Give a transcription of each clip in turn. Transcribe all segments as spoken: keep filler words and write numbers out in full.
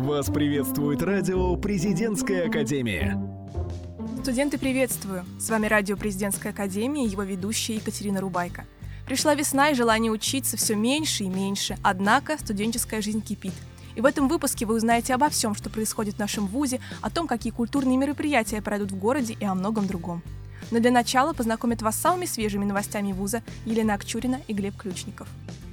Вас приветствует радио «Президентская академия». Студенты, приветствую! С вами радио «Президентская академия» и его ведущая Екатерина Рубайко. Пришла весна, и желание учиться все меньше и меньше, однако студенческая жизнь кипит. И в этом выпуске вы узнаете обо всем, что происходит в нашем вузе, о том, какие культурные мероприятия пройдут в городе и о многом другом. Но для начала познакомят вас с самыми свежими новостями вуза Елена Акчурина и Глеб Ключников.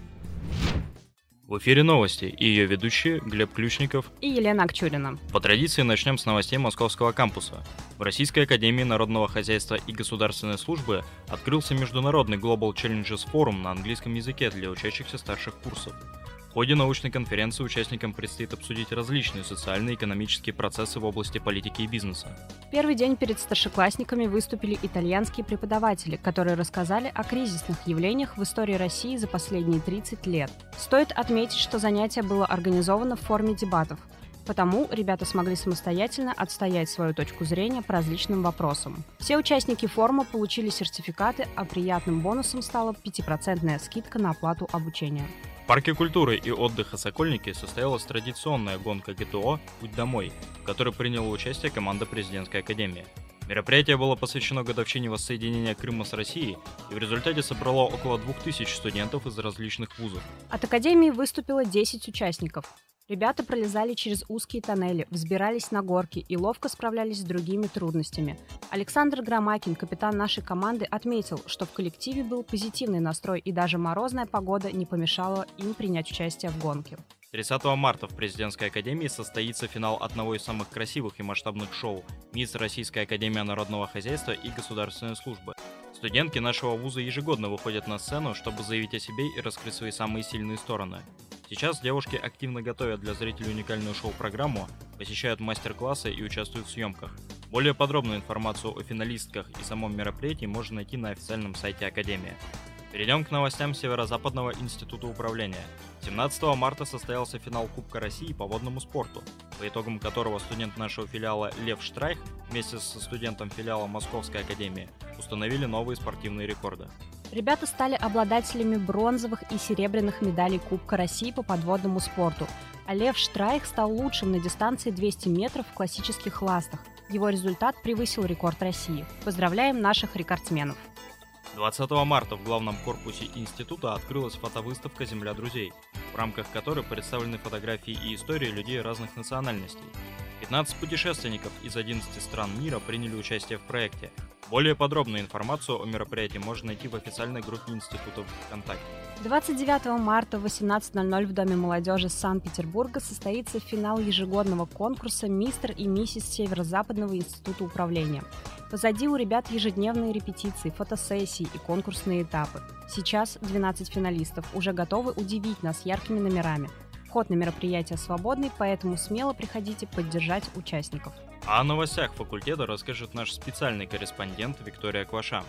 В эфире новости и ее ведущие Глеб Ключников и Елена Акчурина. По традиции начнем с новостей Московского кампуса. В Российской академии народного хозяйства и государственной службы открылся международный Global Challenges Forum на английском языке для учащихся старших курсов. В ходе научной конференции участникам предстоит обсудить различные социальные и экономические процессы в области политики и бизнеса. В первый день перед старшеклассниками выступили итальянские преподаватели, которые рассказали о кризисных явлениях в истории России за последние тридцать лет. Стоит отметить, что занятие было организовано в форме дебатов, потому ребята смогли самостоятельно отстоять свою точку зрения по различным вопросам. Все участники форума получили сертификаты, а приятным бонусом стала пятипроцентная скидка на оплату обучения. В парке культуры и отдыха «Сокольники» состоялась традиционная гонка ГТО «Путь домой», в которой приняла участие команда Президентской академии. Мероприятие было посвящено годовщине воссоединения Крыма с Россией и в результате собрало около двух тысяч студентов из различных вузов. От академии выступило десять участников. Ребята пролезали через узкие тоннели, взбирались на горки и ловко справлялись с другими трудностями. Александр Громакин, капитан нашей команды, отметил, что в коллективе был позитивный настрой и даже морозная погода не помешала им принять участие в гонке. тридцатого марта в Президентской академии состоится финал одного из самых красивых и масштабных шоу «Мисс Российская академия народного хозяйства и государственной службы». Студентки нашего вуза ежегодно выходят на сцену, чтобы заявить о себе и раскрыть свои самые сильные стороны. Сейчас девушки активно готовят для зрителей уникальную шоу-программу, посещают мастер-классы и участвуют в съемках. Более подробную информацию о финалистках и самом мероприятии можно найти на официальном сайте Академии. Перейдем к новостям Северо-Западного института управления. семнадцатого марта состоялся финал Кубка России по водному спорту, по итогам которого студент нашего филиала Лев Штрайх вместе со студентом филиала Московской академии установили новые спортивные рекорды. Ребята стали обладателями бронзовых и серебряных медалей Кубка России по подводному спорту, а Лев Штрайх стал лучшим на дистанции двести метров в классических ластах. Его результат превысил рекорд России. Поздравляем наших рекордсменов! двадцатого марта в главном корпусе института открылась фотовыставка «Земля друзей», в рамках которой представлены фотографии и истории людей разных национальностей. пятнадцать путешественников из одиннадцати стран мира приняли участие в проекте. Более подробную информацию о мероприятии можно найти в официальной группе института ВКонтакте. двадцать девятого марта в восемнадцать ноль ноль в Доме молодежи Санкт-Петербурга состоится финал ежегодного конкурса «Мистер и миссис Северо-Западного института управления». Позади у ребят ежедневные репетиции, фотосессии и конкурсные этапы. Сейчас двенадцать финалистов уже готовы удивить нас яркими номерами. Вход на мероприятие свободный, поэтому смело приходите поддержать участников. А о новостях факультета расскажет наш специальный корреспондент Виктория Кваша.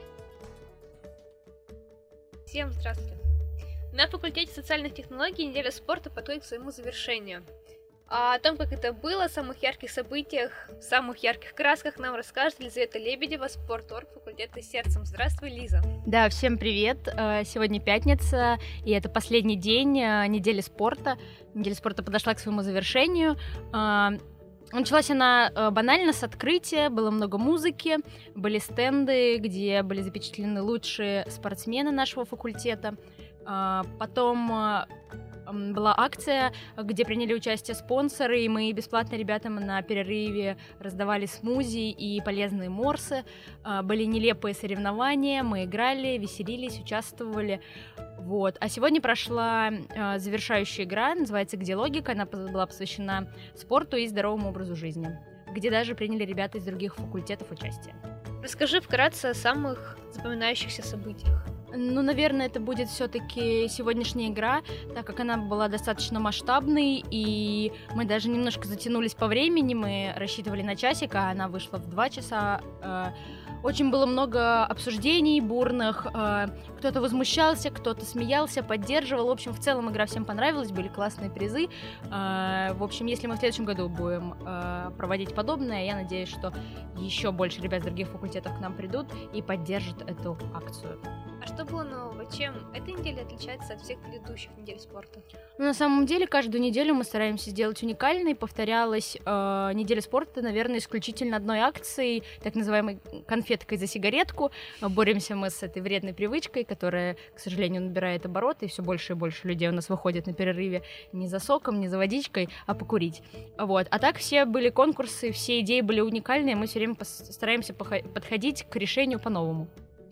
Всем здравствуйте! На факультете социальных технологий неделя спорта подходит к своему завершению. А о том, как это было, о самых ярких событиях, в самых ярких красках нам расскажет Елизавета Лебедева, спорторг факультета «Сердцем». Здравствуй, Лиза! Да, всем привет! Сегодня пятница, и это последний день недели спорта. Неделя спорта подошла к своему завершению. Началась она банально с открытия, было много музыки, были стенды, где были запечатлены лучшие спортсмены нашего факультета. Потом была акция, где приняли участие спонсоры, и мы бесплатно ребятам на перерыве раздавали смузи и полезные морсы. Были нелепые соревнования, мы играли, веселились, участвовали. Вот. А сегодня прошла завершающая игра, называется «Где логика?». Она была посвящена спорту и здоровому образу жизни, где даже приняли ребята из других факультетов участие. Расскажи вкратце о самых запоминающихся событиях. Ну, наверное, это будет все-таки сегодняшняя игра, так как она была достаточно масштабной, и мы даже немножко затянулись по времени, мы рассчитывали на часик, а она вышла в два часа. Очень было много обсуждений бурных, кто-то возмущался, кто-то смеялся, поддерживал. В общем, в целом игра всем понравилась, были классные призы. В общем, если мы в следующем году будем проводить подобное, я надеюсь, что еще больше ребят с других факультетов к нам придут и поддержат эту акцию. А что было нового? Чем эта неделя отличается от всех предыдущих недель спорта? Ну, на самом деле, каждую неделю мы стараемся сделать уникальной. Повторялась э, неделя спорта, наверное, исключительно одной акцией, так называемой конфеткой за сигаретку. Боремся мы с этой вредной привычкой, которая, к сожалению, набирает обороты, и все больше и больше людей у нас выходит на перерыве не за соком, не за водичкой, а покурить. Вот. А так все были конкурсы, все идеи были уникальные, мы все время пос- стараемся пох- подходить к решению по-новому.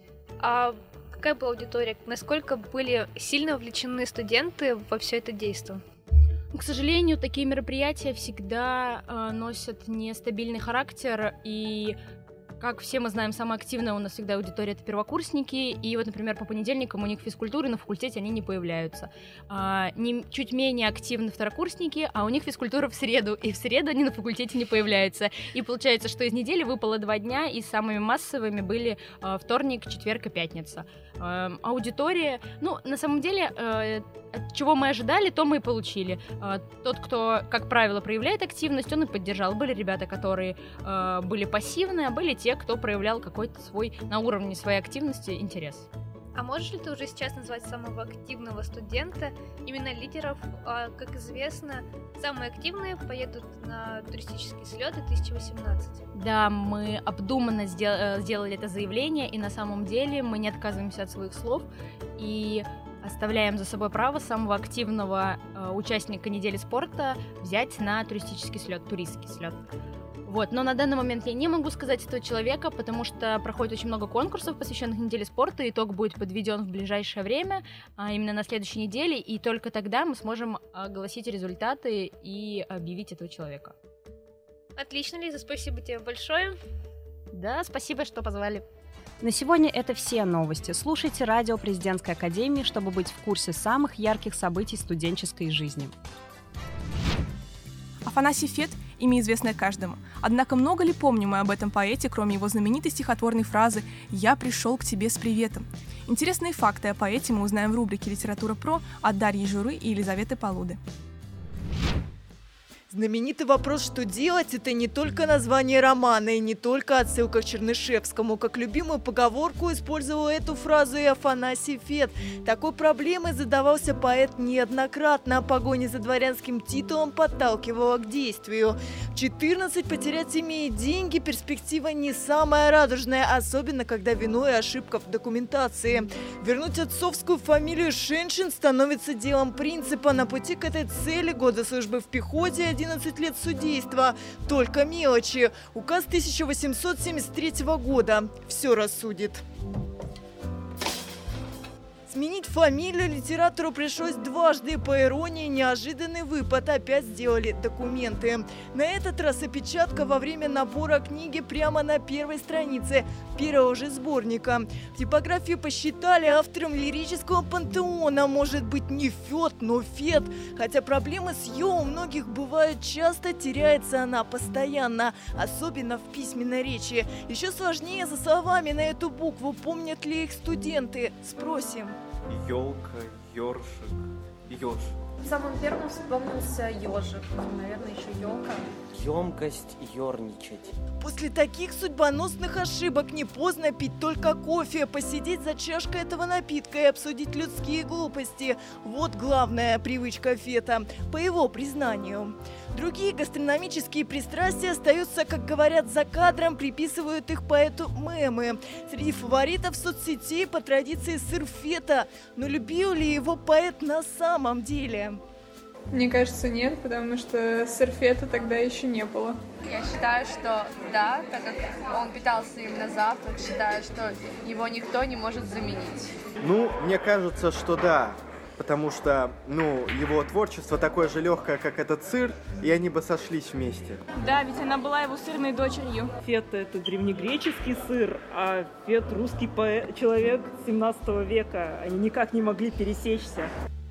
А какая была аудитория? Насколько были сильно вовлечены студенты во все это действо? К сожалению, такие мероприятия всегда э, носят нестабильный характер, и, как все мы знаем, самая активная у нас всегда аудитория — это первокурсники, и вот, например, по понедельникам у них физкультуры, на факультете они не появляются. А, не, чуть менее активны второкурсники, а у них физкультура в среду, и в среду они на факультете не появляются. И получается, что из недели выпало два дня, и самыми массовыми были э, вторник, четверг и пятница. Э, аудитория, ну, на самом деле, э, чего мы ожидали, то мы и получили. Э, тот, кто, как правило, проявляет активность, он и поддержал. Были ребята, которые э, были пассивны, а были те, кто проявлял какой-то свой, на уровне своей активности, интерес. А можешь ли ты уже сейчас назвать самого активного студента, именно лидеров? А, как известно, самые активные поедут на туристические слеты две тысячи восемнадцать. Да, мы обдуманно сдел- сделали это заявление, и на самом деле мы не отказываемся от своих слов и оставляем за собой право самого активного э, участника недели спорта взять на туристический слет, туристский слет. Вот. Но на данный момент я не могу сказать этого человека, потому что проходит очень много конкурсов, посвященных неделе спорта. Итог будет подведен в ближайшее время, а именно на следующей неделе, и только тогда мы сможем огласить результаты и объявить этого человека. Отлично, Лиза, спасибо тебе большое. Да, спасибо, что позвали. На сегодня это все новости. Слушайте радио Президентской академии, чтобы быть в курсе самых ярких событий студенческой жизни. Афанасий Фет – имя, известное каждому. Однако много ли помним мы об этом поэте, кроме его знаменитой стихотворной фразы «Я пришел к тебе с приветом». Интересные факты о поэте мы узнаем в рубрике «Литература про» от Дарьи Журы и Елизаветы Полуды. Знаменитый вопрос «Что делать?» – это не только название романа и не только отсылка к Чернышевскому. Как любимую поговорку использовал эту фразу и Афанасий Фет. Такой проблемой задавался поэт неоднократно, а погоня за дворянским титулом подталкивала к действию. В четырнадцать потерять семьи и деньги – перспектива не самая радужная, особенно когда виной ошибка в документации. Вернуть отцовскую фамилию Шеншин становится делом принципа. На пути к этой цели годы службы в пехоте, одиннадцать лет судейства. Только мелочи. Указ тысяча восемьсот семьдесят третьего года. Все рассудит. Сменить фамилию литератору пришлось дважды. По иронии, неожиданный выпад. Опять сделали документы. На этот раз опечатка во время набора книги прямо на первой странице первого же сборника. В типографии посчитали, автором лирического пантеона может быть не Фет, но Фет. Хотя проблемы с Ё у многих бывают часто, теряется она постоянно, особенно в письменной речи. Еще сложнее за словами на эту букву. Помнят ли их студенты? Спросим. Ёлка, ёршик, ёж. Самым первым вспомнился ежик, наверное, еще елка. Емкость ёрничать. После таких судьбоносных ошибок не поздно пить только кофе, посидеть за чашкой этого напитка и обсудить людские глупости. Вот главная привычка Фета, по его признанию. Другие гастрономические пристрастия остаются, как говорят, за кадром, приписывают их поэту мемы. Среди фаворитов соцсетей по традиции сыр Фета. Но любил ли его поэт на самом деле? Мне кажется, нет, потому что сыр Фета тогда еще не было. Я считаю, что да, так как он питался им на завтрак, считаю, что его никто не может заменить. Ну, мне кажется, что да. Потому что, ну, его творчество такое же легкое, как этот сыр, и они бы сошлись вместе. Да, ведь она была его сырной дочерью. Фет – это древнегреческий сыр, а Фет – русский поэт, человек семнадцатого века. Они никак не могли пересечься.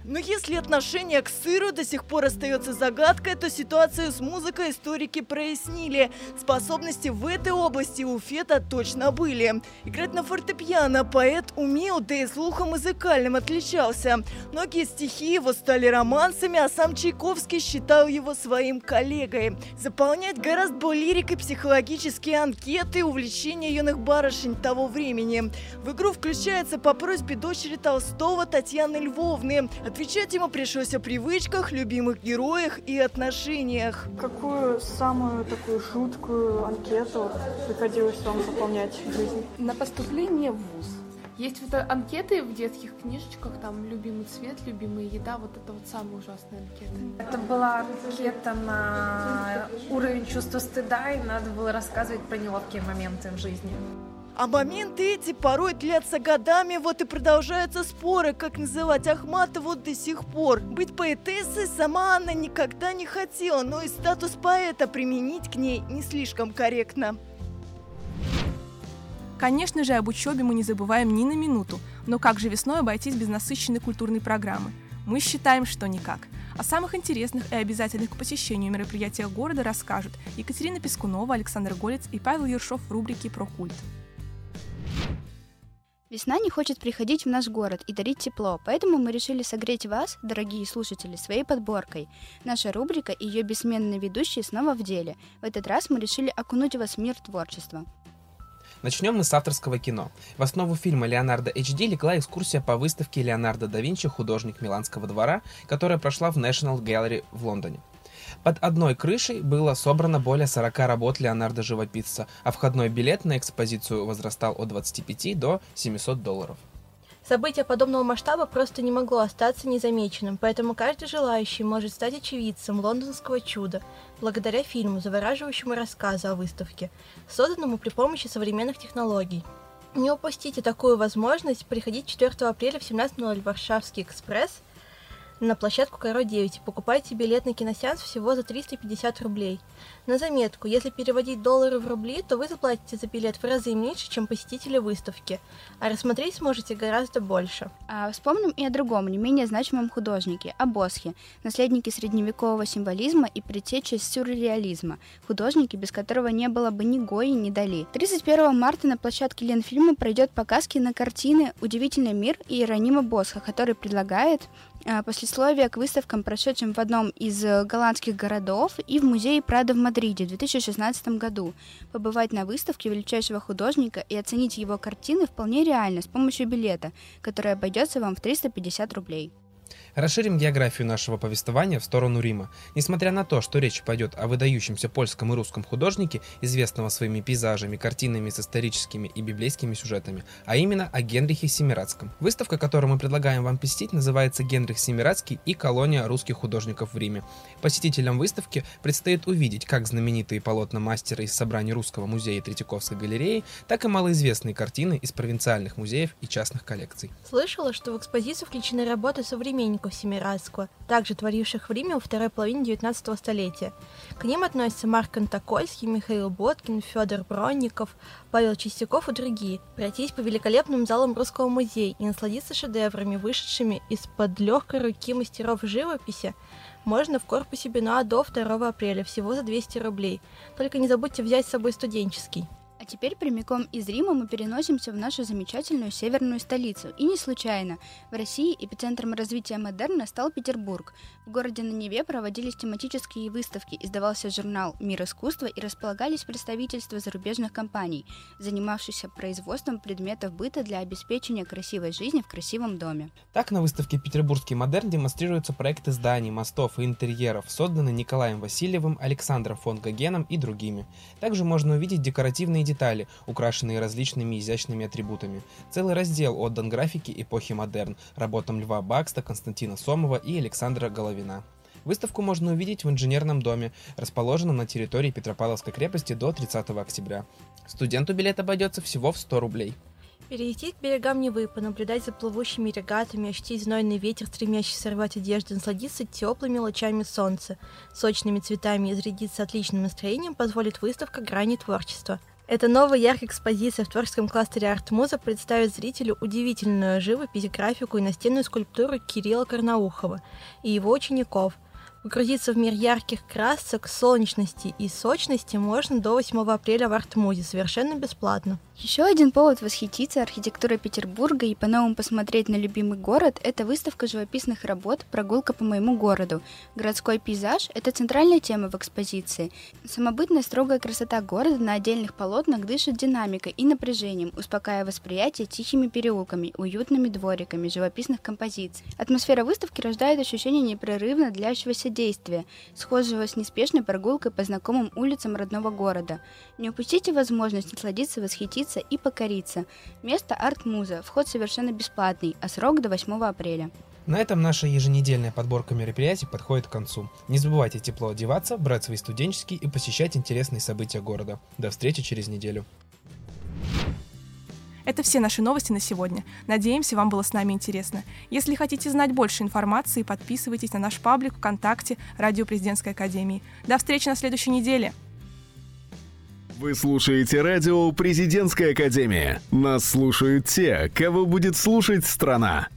Но если отношение к сыру до сих пор остается загадкой, то ситуацию с музыкой историки прояснили. Способности в этой области у Фета точно были. Играть на фортепиано поэт умел, да и слухом музыкальным отличался. Многие стихи его стали романсами, а сам Чайковский считал его своим коллегой. Заполнять гораздо лирикой психологические анкеты, увлечения юных барышень того времени. В игру включается по просьбе дочери Толстого Татьяны Львовны. Отвечать ему пришлось о привычках, любимых героях и отношениях. Какую самую такую жуткую анкету приходилось вам заполнять в жизни? На поступление в вуз. Есть вот анкеты в детских книжечках, там любимый цвет, любимая еда, вот это вот самая ужасная анкета. Это была анкета на уровень чувства стыда, и надо было рассказывать про неловкие моменты в жизни. А моменты эти порой длятся годами, вот и продолжаются споры, как называть Ахматову до сих пор. Быть поэтессой сама она никогда не хотела, но и статус поэта применить к ней не слишком корректно. Конечно же, об учебе мы не забываем ни на минуту, но как же весной обойтись без насыщенной культурной программы? Мы считаем, что никак. О самых интересных и обязательных к посещению мероприятиях города расскажут Екатерина Пискунова, Александр Голец и Павел Ершов в рубрике «Про культ». Весна не хочет приходить в наш город и дарить тепло, поэтому мы решили согреть вас, дорогие слушатели, своей подборкой. Наша рубрика и ее бессменные ведущие снова в деле. В этот раз мы решили окунуть вас в мир творчества. Начнем мы с авторского кино. В основу фильма «Леонардо эйч ди» легла экскурсия по выставке Леонардо да Винчи «Художник Миланского двора», которая прошла в National Gallery в Лондоне. Под одной крышей было собрано более сорока работ Леонардо-живописца, а входной билет на экспозицию возрастал от двадцати пяти до семисот долларов. Событие подобного масштаба просто не могло остаться незамеченным, поэтому каждый желающий может стать очевидцем лондонского чуда, благодаря фильму, завораживающему рассказу о выставке, созданному при помощи современных технологий. Не упустите такую возможность, приходите четвёртого апреля в семнадцать ноль ноль в Варшавский экспресс на площадку Каро девять и покупайте билет на киносеанс всего за триста пятьдесят рублей. На заметку, если переводить доллары в рубли, то вы заплатите за билет в разы меньше, чем посетители выставки, а рассмотреть сможете гораздо больше. А вспомним и о другом, не менее значимом художнике, о Босхе, наследнике средневекового символизма и предтече сюрреализма, художнике, без которого не было бы ни Гои, ни Дали. тридцать первого марта на площадке Ленфильма пройдет показ кинокартины «Удивительный мир» Иеронима Босха, который предлагает а, послесловие к выставкам, прошедшим в одном из голландских городов и в музее Прадо в Мадриде в две тысячи шестнадцатом году. Побывать на выставке величайшего художника и оценить его картины вполне реально с помощью билета, который обойдется вам в триста пятьдесят рублей. Расширим географию нашего повествования в сторону Рима. Несмотря на то, что речь пойдет о выдающемся польском и русском художнике, известного своими пейзажами, картинами с историческими и библейскими сюжетами, а именно о Генрихе Семирадском. Выставка, которую мы предлагаем вам посетить, называется «Генрих Семирадский и колония русских художников в Риме». Посетителям выставки предстоит увидеть как знаменитые полотна мастера из собраний Русского музея и Третьяковской галереи, так и малоизвестные картины из провинциальных музеев и частных коллекций. Слышала, что в экспозицию включены работы современников Семирадского, также творивших в Риме во второй половине девятнадцатого столетия. К ним относятся Марк Антокольский, Михаил Боткин, Федор Бронников, Павел Чистяков и другие. Пройтись по великолепным залам Русского музея и насладиться шедеврами, вышедшими из-под легкой руки мастеров живописи, можно в корпусе Бенуа до второго апреля, всего за двести рублей. Только не забудьте взять с собой студенческий. А теперь прямиком из Рима мы переносимся в нашу замечательную северную столицу. И не случайно. В России эпицентром развития модерна стал Петербург. В городе на Неве проводились тематические выставки, издавался журнал «Мир искусства» и располагались представительства зарубежных компаний, занимавшихся производством предметов быта для обеспечения красивой жизни в красивом доме. Так, на выставке «Петербургский модерн» демонстрируются проекты зданий, мостов и интерьеров, созданные Николаем Васильевым, Александром фон Гогеном и другими. Также можно увидеть декоративные детали, украшенные различными изящными атрибутами. Целый раздел отдан графике эпохи модерн, работам Льва Бакста, Константина Сомова и Александра Головина. Выставку можно увидеть в инженерном доме, расположенном на территории Петропавловской крепости до тридцатого октября. Студенту билет обойдется всего в сто рублей. Перейти к берегам Невы, понаблюдать за плывущими регатами, ощутить знойный ветер, стремящийся сорвать одежду, насладиться теплыми лучами солнца, сочными цветами и зарядиться отличным настроением позволит выставка «Грани творчества». Эта новая яркая экспозиция в творческом кластере «Арт-Муза» представит зрителю удивительную живопись, графику и настенную скульптуру Кирилла Карнаухова и его учеников. Погрузиться в мир ярких красок, солнечности и сочности можно до восьмого апреля в Арт-Музе совершенно бесплатно. Еще один повод восхититься архитектурой Петербурга и по-новому посмотреть на любимый город – это выставка живописных работ «Прогулка по моему городу». Городской пейзаж – это центральная тема в экспозиции. Самобытная строгая красота города на отдельных полотнах дышит динамикой и напряжением, успокаивая восприятие тихими переулками, уютными двориками живописных композиций. Атмосфера выставки рождает ощущение непрерывно длящегося действия, схожего с неспешной прогулкой по знакомым улицам родного города. Не упустите возможность насладиться, восхититься и покориться. Место Арт-Муза. Вход совершенно бесплатный, а срок до восьмого апреля. На этом наша еженедельная подборка мероприятий подходит к концу. Не забывайте тепло одеваться, брать свои студенческие и посещать интересные события города. До встречи через неделю. Это все наши новости на сегодня. Надеемся, вам было с нами интересно. Если хотите знать больше информации, подписывайтесь на наш паблик ВКонтакте «Радио Президентской Академии». До встречи на следующей неделе! Вы слушаете радио «Президентская Академия». Нас слушают те, кого будет слушать страна.